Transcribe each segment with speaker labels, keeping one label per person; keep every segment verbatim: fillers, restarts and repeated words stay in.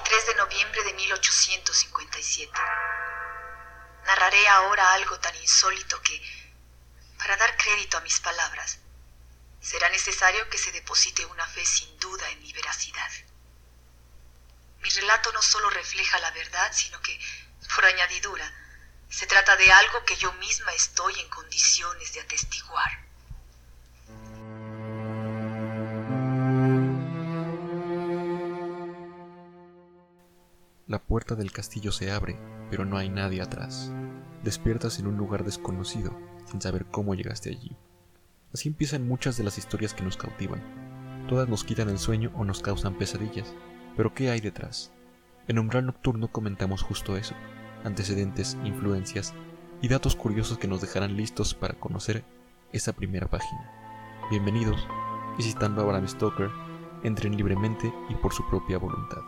Speaker 1: veintitrés de noviembre de mil ochocientos cincuenta y siete. Narraré ahora algo tan insólito que, para dar crédito a mis palabras, será necesario que se deposite una fe sin duda en mi veracidad. Mi relato no solo refleja la verdad, sino que, por añadidura, se trata de algo que yo misma estoy en condiciones de atestiguar.
Speaker 2: La puerta del castillo se abre, pero no hay nadie atrás. Despiertas en un lugar desconocido, sin saber cómo llegaste allí. Así empiezan muchas de las historias que nos cautivan. Todas nos quitan el sueño o nos causan pesadillas. Pero ¿qué hay detrás? En Umbral Nocturno comentamos justo eso: antecedentes, influencias y datos curiosos que nos dejarán listos para conocer esa primera página. Bienvenidos, visitando a Bram Stoker, entren libremente y por su propia voluntad.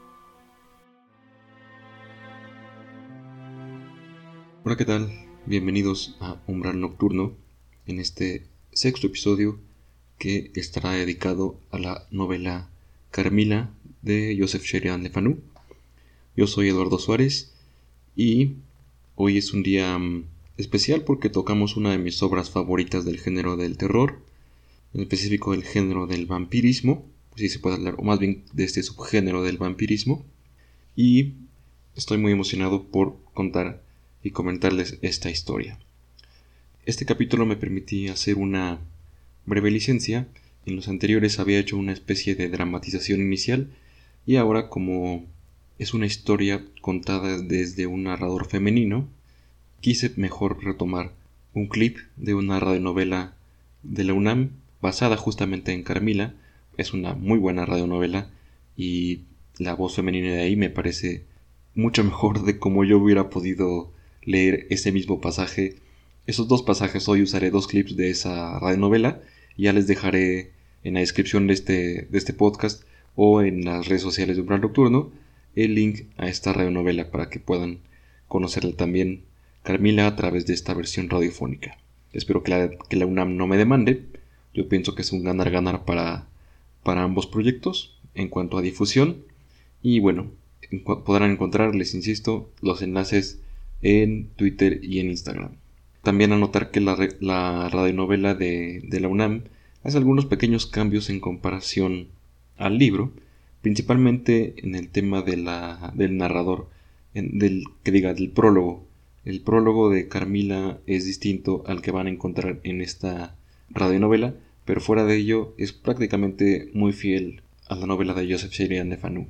Speaker 3: Hola, ¿qué tal? Bienvenidos a Umbral Nocturno, en este sexto episodio que estará dedicado a la novela Carmila de Joseph Sheridan Le Fanu. Yo soy Eduardo Suárez y hoy es un día um, especial porque tocamos una de mis obras favoritas del género del terror, en específico del género del vampirismo, si se puede hablar, o más bien de este subgénero del vampirismo, y estoy muy emocionado por contar y comentarles esta historia. Este capítulo me permitía hacer una breve licencia. En los anteriores había hecho una especie de dramatización inicial y ahora, como es una historia contada desde un narrador femenino, quise mejor retomar un clip de una radionovela de la UNAM basada justamente en Carmila. Es una muy buena radionovela y la voz femenina de ahí me parece mucho mejor de cómo yo hubiera podido leer ese mismo pasaje. Esos dos pasajes, hoy usaré dos clips de esa radionovela y ya les dejaré en la descripción de este, de este podcast o en las redes sociales de Umbral Nocturno el link a esta radionovela para que puedan conocerla también, Carmila, a través de esta versión radiofónica. Espero que la, que la UNAM no me demande. Yo pienso que es un ganar-ganar para, para ambos proyectos en cuanto a difusión. Y bueno, en, podrán encontrar, les insisto, los enlaces en Twitter y en Instagram. También anotar que la, la radionovela de, de la UNAM hace algunos pequeños cambios en comparación al libro, principalmente en el tema de la, del narrador, en, del, que diga, del prólogo. El prólogo de Carmila es distinto al que van a encontrar en esta radionovela, pero fuera de ello es prácticamente muy fiel a la novela de Joseph Sheridan Le Fanu.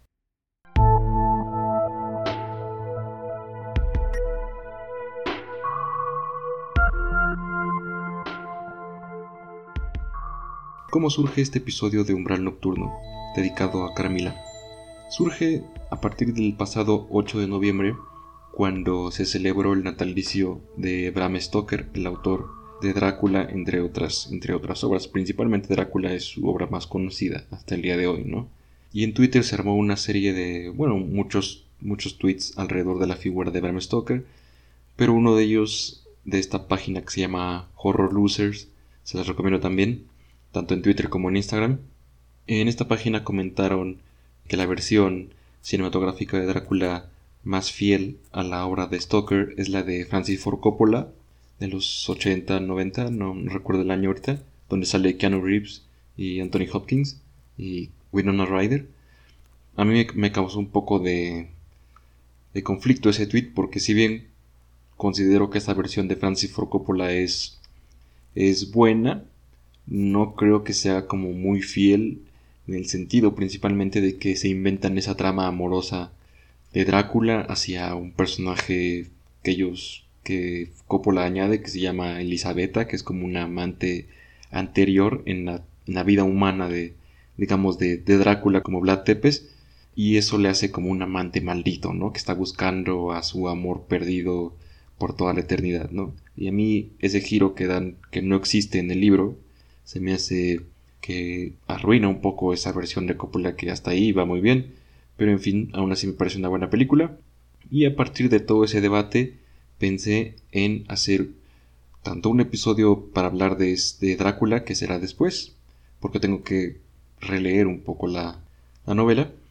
Speaker 3: ¿Cómo surge este episodio de Umbral Nocturno, dedicado a Carmila? Surge a partir del pasado ocho de noviembre, cuando se celebró el natalicio de Bram Stoker, el autor de Drácula, entre otras, entre otras obras. Principalmente Drácula es su obra más conocida hasta el día de hoy, ¿no? Y en Twitter se armó una serie de, bueno, muchos, muchos tweets alrededor de la figura de Bram Stoker, pero uno de ellos, de esta página que se llama Horror Losers, se las recomiendo también, tanto en Twitter como en Instagram. En esta página comentaron que la versión cinematográfica de Drácula más fiel a la obra de Stoker es la de Francis Ford Coppola, de los ochenta, noventa, no, no recuerdo el año ahorita, donde sale Keanu Reeves y Anthony Hopkins y Winona Ryder. A mí me, me causó un poco de, de conflicto ese tweet, porque si bien considero que esta versión de Francis Ford Coppola es, es buena, no creo que sea como muy fiel, en el sentido principalmente de que se inventan esa trama amorosa de Drácula hacia un personaje que ellos, que Coppola añade, que se llama Elisabetta, que es como una amante anterior en la, en la vida humana de, digamos, de, de Drácula, como Vlad Tepes, y eso le hace como un amante maldito, ¿no? Que está buscando a su amor perdido por toda la eternidad, ¿no? Y a mí ese giro que dan, que no existe en el libro, se me hace que arruina un poco esa versión de Coppola, que hasta ahí va muy bien, pero en fin, aún así me parece una buena película. Y a partir de todo ese debate pensé en hacer tanto un episodio para hablar de, de Drácula, que será después, porque tengo que releer un poco la, la novela,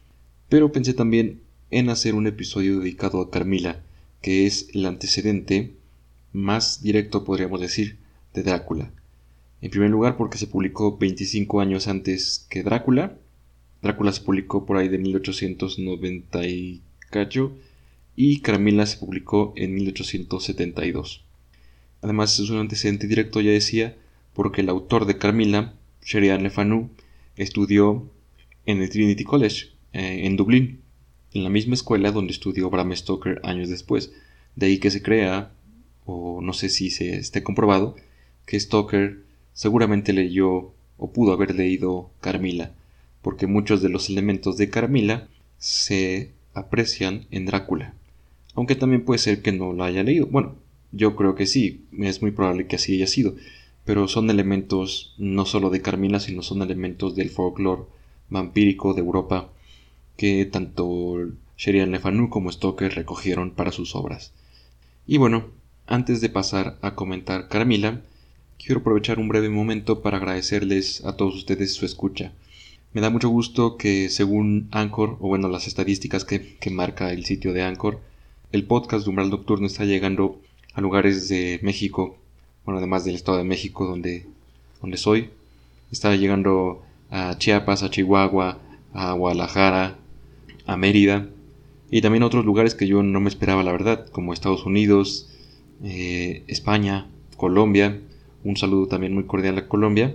Speaker 3: pero pensé también en hacer un episodio dedicado a Carmila, que es el antecedente más directo, podríamos decir, de Drácula. En primer lugar porque se publicó veinticinco años antes que Drácula. Drácula se publicó por ahí de mil ochocientos noventa y cacho, y Carmila se publicó en mil ochocientos setenta y dos. Además es un antecedente directo, ya decía, porque el autor de Carmila, Sheridan Le Fanu, estudió en el Trinity College, eh, en Dublín, en la misma escuela donde estudió Bram Stoker años después. De ahí que se crea, o no sé si se esté comprobado, que Stoker seguramente leyó o pudo haber leído Carmila, porque muchos de los elementos de Carmila se aprecian en Drácula. Aunque también puede ser que no lo haya leído. Bueno, yo creo que sí, es muy probable que así haya sido, pero son elementos no solo de Carmila, sino son elementos del folclore vampírico de Europa que tanto Sheridan Le Fanu como Stoker recogieron para sus obras. Y bueno, antes de pasar a comentar Carmila, quiero aprovechar un breve momento para agradecerles a todos ustedes su escucha. Me da mucho gusto que, según Anchor, o bueno, las estadísticas que, que marca el sitio de Anchor, el podcast de Umbral Nocturno está llegando a lugares de México, bueno, además del Estado de México donde, donde soy. Está llegando a Chiapas, a Chihuahua, a Guadalajara, a Mérida, y también a otros lugares que yo no me esperaba, la verdad, como Estados Unidos, eh, España, Colombia. Un saludo también muy cordial a Colombia.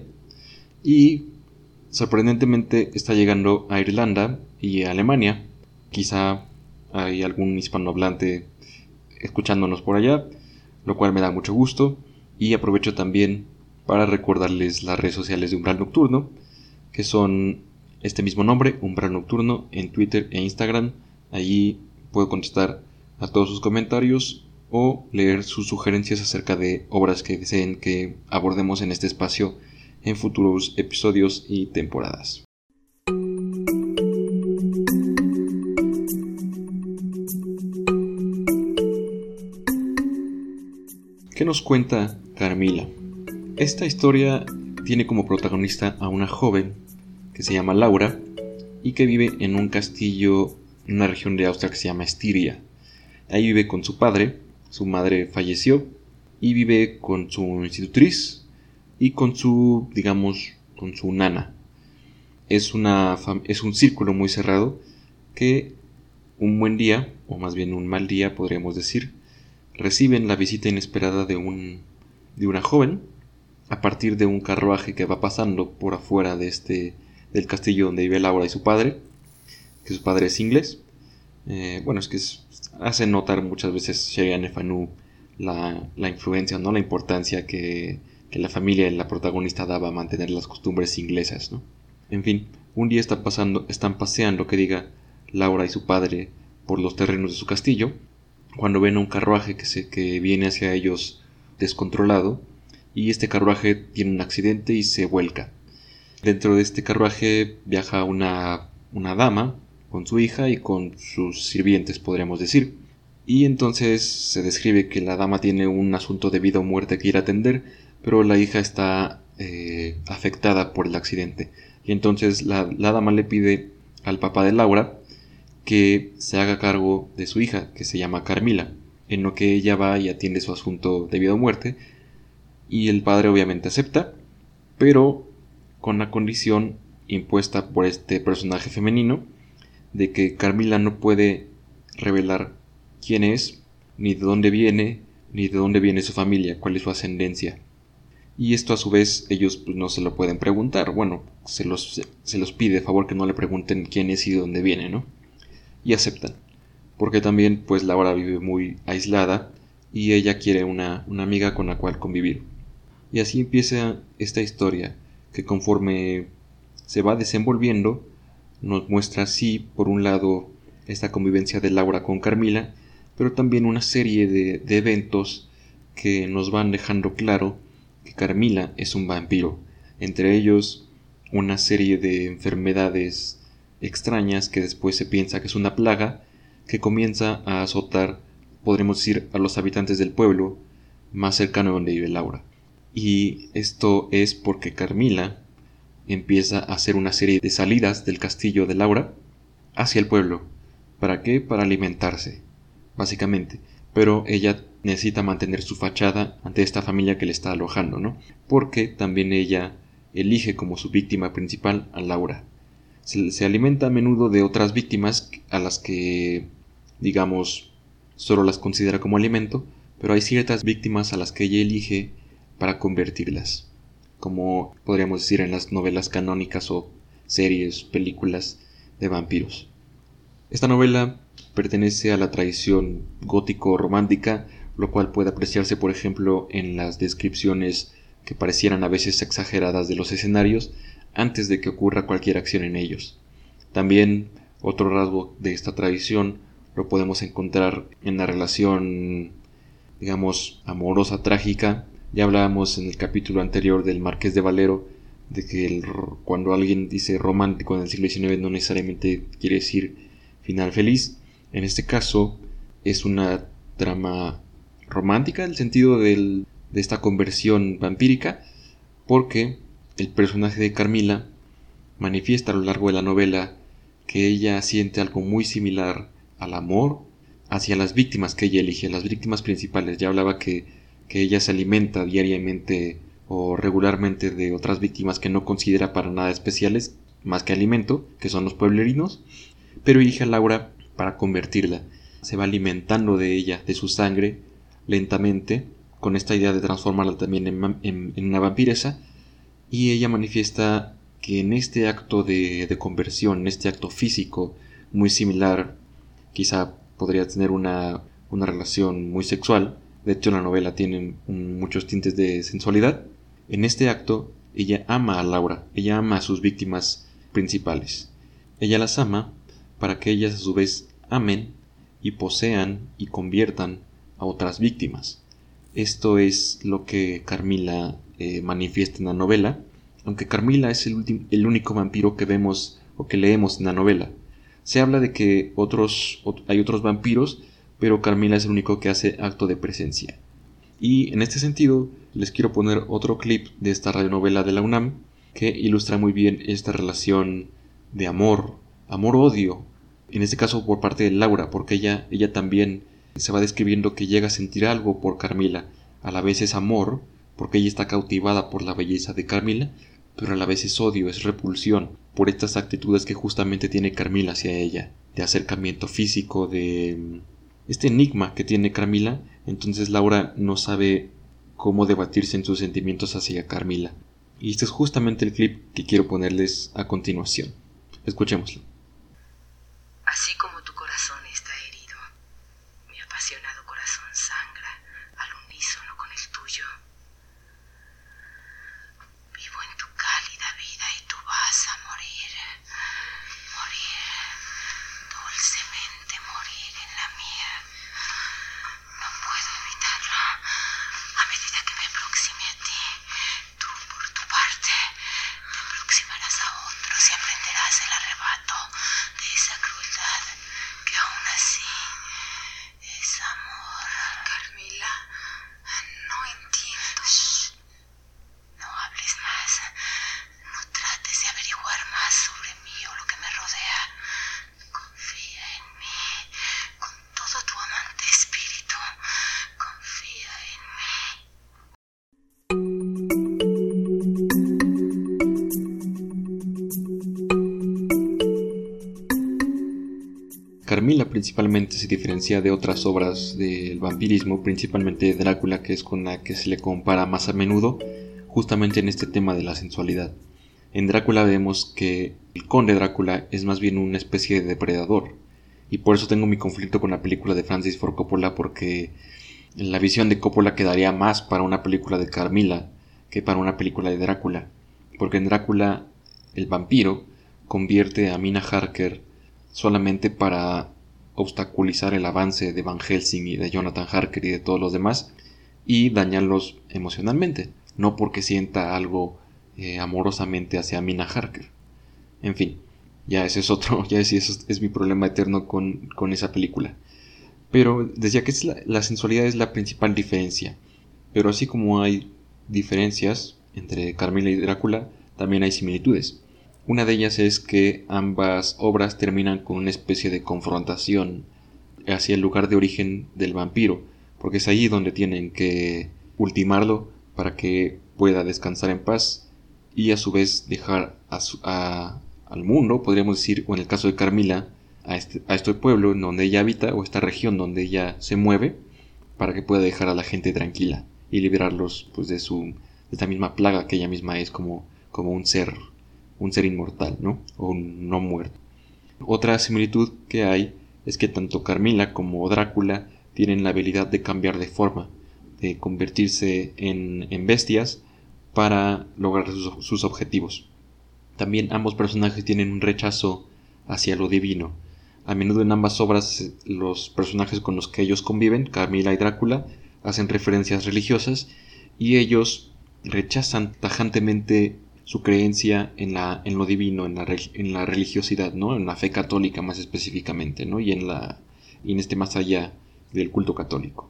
Speaker 3: Y sorprendentemente está llegando a Irlanda y a Alemania. Quizá hay algún hispanohablante escuchándonos por allá, lo cual me da mucho gusto. Y aprovecho también para recordarles las redes sociales de Umbral Nocturno, que son este mismo nombre, Umbral Nocturno, en Twitter e Instagram. Allí puedo contestar a todos sus comentarios o leer sus sugerencias acerca de obras que deseen que abordemos en este espacio en futuros episodios y temporadas. ¿Qué nos cuenta Carmila? Esta historia tiene como protagonista a una joven que se llama Laura y que vive en un castillo en una región de Austria que se llama Estiria. Ahí vive con su padre, su madre falleció, y vive con su institutriz y con su, digamos, con su nana. Es, una, es un círculo muy cerrado que un buen día, o más bien un mal día podríamos decir, reciben la visita inesperada de, un, de una joven a partir de un carruaje que va pasando por afuera de este, del castillo donde vive Laura y su padre, que su padre es inglés. Eh, bueno, es que es, hace notar muchas veces Sheridan Le Fanu la, la influencia, ¿no? La importancia que, que la familia y la protagonista daba a mantener las costumbres inglesas, ¿no? En fin, un día está pasando, están paseando, que diga, Laura y su padre por los terrenos de su castillo, cuando ven un carruaje que, se, que viene hacia ellos descontrolado, y este carruaje tiene un accidente y se vuelca. Dentro de este carruaje viaja una, una dama con su hija y con sus sirvientes, podríamos decir. Y entonces se describe que la dama tiene un asunto de vida o muerte que ir a atender, pero la hija está eh, afectada por el accidente. Y entonces la, la dama le pide al papá de Laura que se haga cargo de su hija, que se llama Carmila, en lo que ella va y atiende su asunto de vida o muerte. Y el padre obviamente acepta, pero con la condición impuesta por este personaje femenino de que Carmila no puede revelar quién es, ni de dónde viene, ni de dónde viene su familia, cuál es su ascendencia. Y esto a su vez ellos pues, no se lo pueden preguntar. Bueno, se los, se los pide de favor que no le pregunten quién es y de dónde viene, ¿no? Y aceptan, porque también pues Laura vive muy aislada y ella quiere una, una amiga con la cual convivir. Y así empieza esta historia, que conforme se va desenvolviendo, nos muestra sí, por un lado, esta convivencia de Laura con Carmila, pero también una serie de, de eventos que nos van dejando claro que Carmila es un vampiro. Entre ellos, una serie de enfermedades extrañas que después se piensa que es una plaga que comienza a azotar, podremos decir, a los habitantes del pueblo más cercano a donde vive Laura. Y esto es porque Carmila empieza a hacer una serie de salidas del castillo de Laura hacia el pueblo. ¿Para qué? Para alimentarse, básicamente. Pero ella necesita mantener su fachada ante esta familia que le está alojando, ¿no? Porque también ella elige como su víctima principal a Laura. Se, se alimenta a menudo de otras víctimas a las que, digamos, solo las considera como alimento, pero hay ciertas víctimas a las que ella elige para convertirlas, como podríamos decir en las novelas canónicas o series, películas de vampiros. Esta novela pertenece a la tradición gótico-romántica, lo cual puede apreciarse, por ejemplo, en las descripciones que parecieran a veces exageradas de los escenarios antes de que ocurra cualquier acción en ellos. También otro rasgo de esta tradición lo podemos encontrar en la relación, digamos, amorosa trágica. Ya hablábamos en el capítulo anterior del Marqués de Valero de que el, cuando alguien dice romántico en el siglo diecinueve no necesariamente quiere decir final feliz. En este caso es una trama romántica en el sentido del, de esta conversión vampírica, porque el personaje de Carmila manifiesta a lo largo de la novela que ella siente algo muy similar al amor hacia las víctimas que ella elige, las víctimas principales. Ya hablaba que, que ella se alimenta diariamente o regularmente de otras víctimas que no considera para nada especiales, más que alimento, que son los pueblerinos, pero elige a Laura para convertirla. Se va alimentando de ella, de su sangre, lentamente, con esta idea de transformarla también en, en, en una vampiresa, y ella manifiesta que en este acto de, de conversión, en este acto físico muy similar, quizá podría tener una, una relación muy sexual. De hecho, la novela tiene un, muchos tintes de sensualidad. En este acto, ella ama a Laura, ella ama a sus víctimas principales. Ella las ama para que ellas a su vez amen y posean y conviertan a otras víctimas. Esto es lo que Carmila eh, manifiesta en la novela, aunque Carmila es el, ultim- el único vampiro que vemos o que leemos en la novela. Se habla de que otros, ot- hay otros vampiros, pero Carmila es el único que hace acto de presencia. Y en este sentido les quiero poner otro clip de esta radionovela de la UNAM que ilustra muy bien esta relación de amor, amor-odio, en este caso por parte de Laura, porque ella, ella también se va describiendo que llega a sentir algo por Carmila. A la vez es amor, porque ella está cautivada por la belleza de Carmila, pero a la vez es odio, es repulsión por estas actitudes que justamente tiene Carmila hacia ella, de acercamiento físico, de este enigma que tiene Carmila. Entonces Laura no sabe cómo debatirse en sus sentimientos hacia Carmila. Y este es justamente el clip que quiero ponerles a continuación. Escuchémoslo.
Speaker 1: Así como tu corazón está herido, mi apasionado corazón sangra al unísono con el tuyo. Vivo en tu cálida vida y tú vas a morir, morir, dulcemente morir en la mía. No puedo evitarlo. A medida que me aproxime a ti, tú por tu parte te aproximarás a otros y aprenderás el arrebato de esa crueldad que aún así es amor. Carmila, no entiendo. Shh. No hables más. No trates de averiguar más sobre mí o lo que me rodea. Confía en mí con todo tu amante espíritu. Confía en mí.
Speaker 3: Carmila principalmente se diferencia de otras obras del vampirismo, principalmente Drácula, que es con la que se le compara más a menudo, justamente en este tema de la sensualidad. En Drácula vemos que el conde Drácula es más bien una especie de depredador, y por eso tengo mi conflicto con la película de Francis Ford Coppola, porque la visión de Coppola quedaría más para una película de Carmila que para una película de Drácula, porque en Drácula el vampiro convierte a Mina Harker solamente para obstaculizar el avance de Van Helsing y de Jonathan Harker y de todos los demás y dañarlos emocionalmente, no porque sienta algo eh, amorosamente hacia Mina Harker. En fin, ya ese es otro, ya ese es, es mi problema eterno con, con esa película. Pero decía que es la, la sensualidad es la principal diferencia, pero así como hay diferencias entre Carmila y Drácula, también hay similitudes. Una de ellas es que ambas obras terminan con una especie de confrontación hacia el lugar de origen del vampiro, porque es ahí donde tienen que ultimarlo para que pueda descansar en paz y a su vez dejar a su, a, al mundo, podríamos decir, o en el caso de Carmila, a este, a este pueblo en donde ella habita o esta región donde ella se mueve, para que pueda dejar a la gente tranquila y liberarlos pues de su de esta misma plaga que ella misma es como, como un ser un ser inmortal, ¿no? O un no muerto. Otra similitud que hay es que tanto Carmila como Drácula tienen la habilidad de cambiar de forma, de convertirse en, en bestias para lograr sus, sus objetivos. También ambos personajes tienen un rechazo hacia lo divino. A menudo en ambas obras los personajes con los que ellos conviven, Carmila y Drácula, hacen referencias religiosas y ellos rechazan tajantemente su creencia en, la, en lo divino, en la, en la religiosidad, ¿no? En la fe católica más específicamente, ¿no? Y en, la, y en este más allá del culto católico.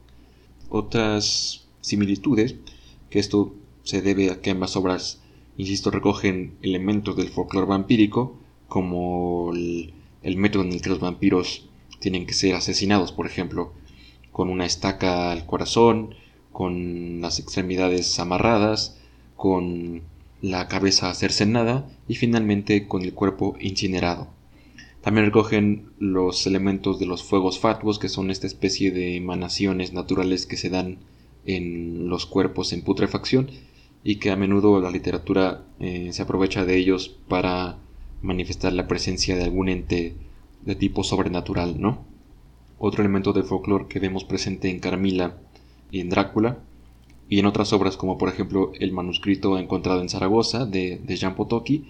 Speaker 3: Otras similitudes, que esto se debe a que ambas obras, insisto, recogen elementos del folclore vampírico, como el, el método en el que los vampiros tienen que ser asesinados, por ejemplo, con una estaca al corazón, con las extremidades amarradas, con la cabeza cercenada y finalmente con el cuerpo incinerado. También recogen los elementos de los fuegos fatuos, que son esta especie de emanaciones naturales que se dan en los cuerpos en putrefacción y que a menudo la literatura eh, se aprovecha de ellos para manifestar la presencia de algún ente de tipo sobrenatural, ¿no? Otro elemento del folclore que vemos presente en Carmila y en Drácula y en otras obras como por ejemplo el manuscrito encontrado en Zaragoza de, de Jean Potocki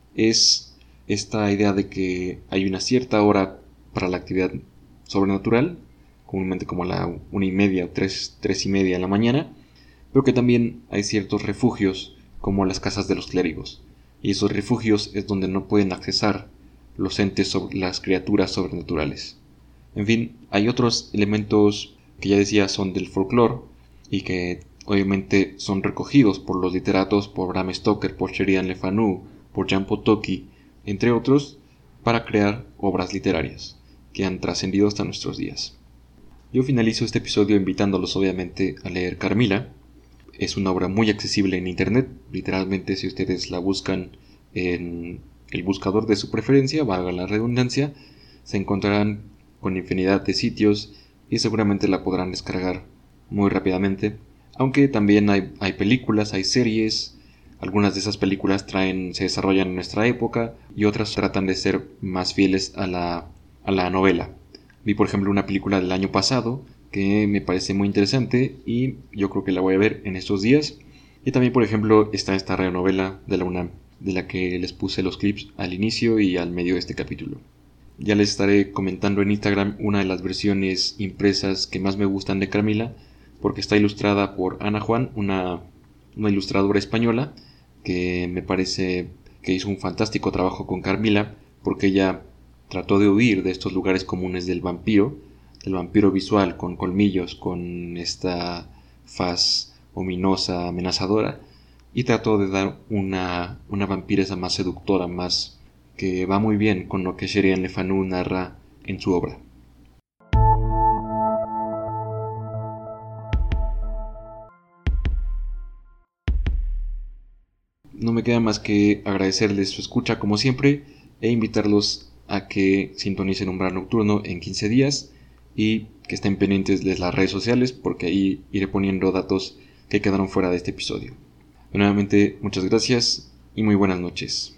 Speaker 3: es esta idea de que hay una cierta hora para la actividad sobrenatural, comúnmente como a la una y media o tres, tres y media de la mañana, pero que también hay ciertos refugios como las casas de los clérigos, y esos refugios es donde no pueden accesar los entes, las criaturas sobrenaturales. En fin, hay otros elementos que ya decía son del folclore y que obviamente son recogidos por los literatos, por Bram Stoker, por Sheridan Le Fanu, por Jean Potocki, entre otros, para crear obras literarias que han trascendido hasta nuestros días. Yo finalizo este episodio invitándolos obviamente a leer Carmila. Es una obra muy accesible en internet, literalmente si ustedes la buscan en el buscador de su preferencia, valga la redundancia, se encontrarán con infinidad de sitios y seguramente la podrán descargar muy rápidamente. Aunque también hay, hay películas, hay series, algunas de esas películas traen, se desarrollan en nuestra época y otras tratan de ser más fieles a la, a la novela. Vi por ejemplo una película del año pasado que me parece muy interesante y yo creo que la voy a ver en estos días. Y también por ejemplo está esta radionovela de la UNAM, de la que les puse los clips al inicio y al medio de este capítulo. Ya les estaré comentando en Instagram una de las versiones impresas que más me gustan de Carmila, porque está ilustrada por Ana Juan, una, una ilustradora española, que me parece que hizo un fantástico trabajo con Carmila, porque ella trató de huir de estos lugares comunes del vampiro, del vampiro visual con colmillos, con esta faz ominosa, amenazadora, y trató de dar una, una vampiresa más seductora, más que va muy bien con lo que Sheridan Le Fanu narra en su obra. No me queda más que agradecerles su escucha como siempre e invitarlos a que sintonicen Umbral Nocturno en quince días y que estén pendientes de las redes sociales porque ahí iré poniendo datos que quedaron fuera de este episodio. Nuevamente muchas gracias y muy buenas noches.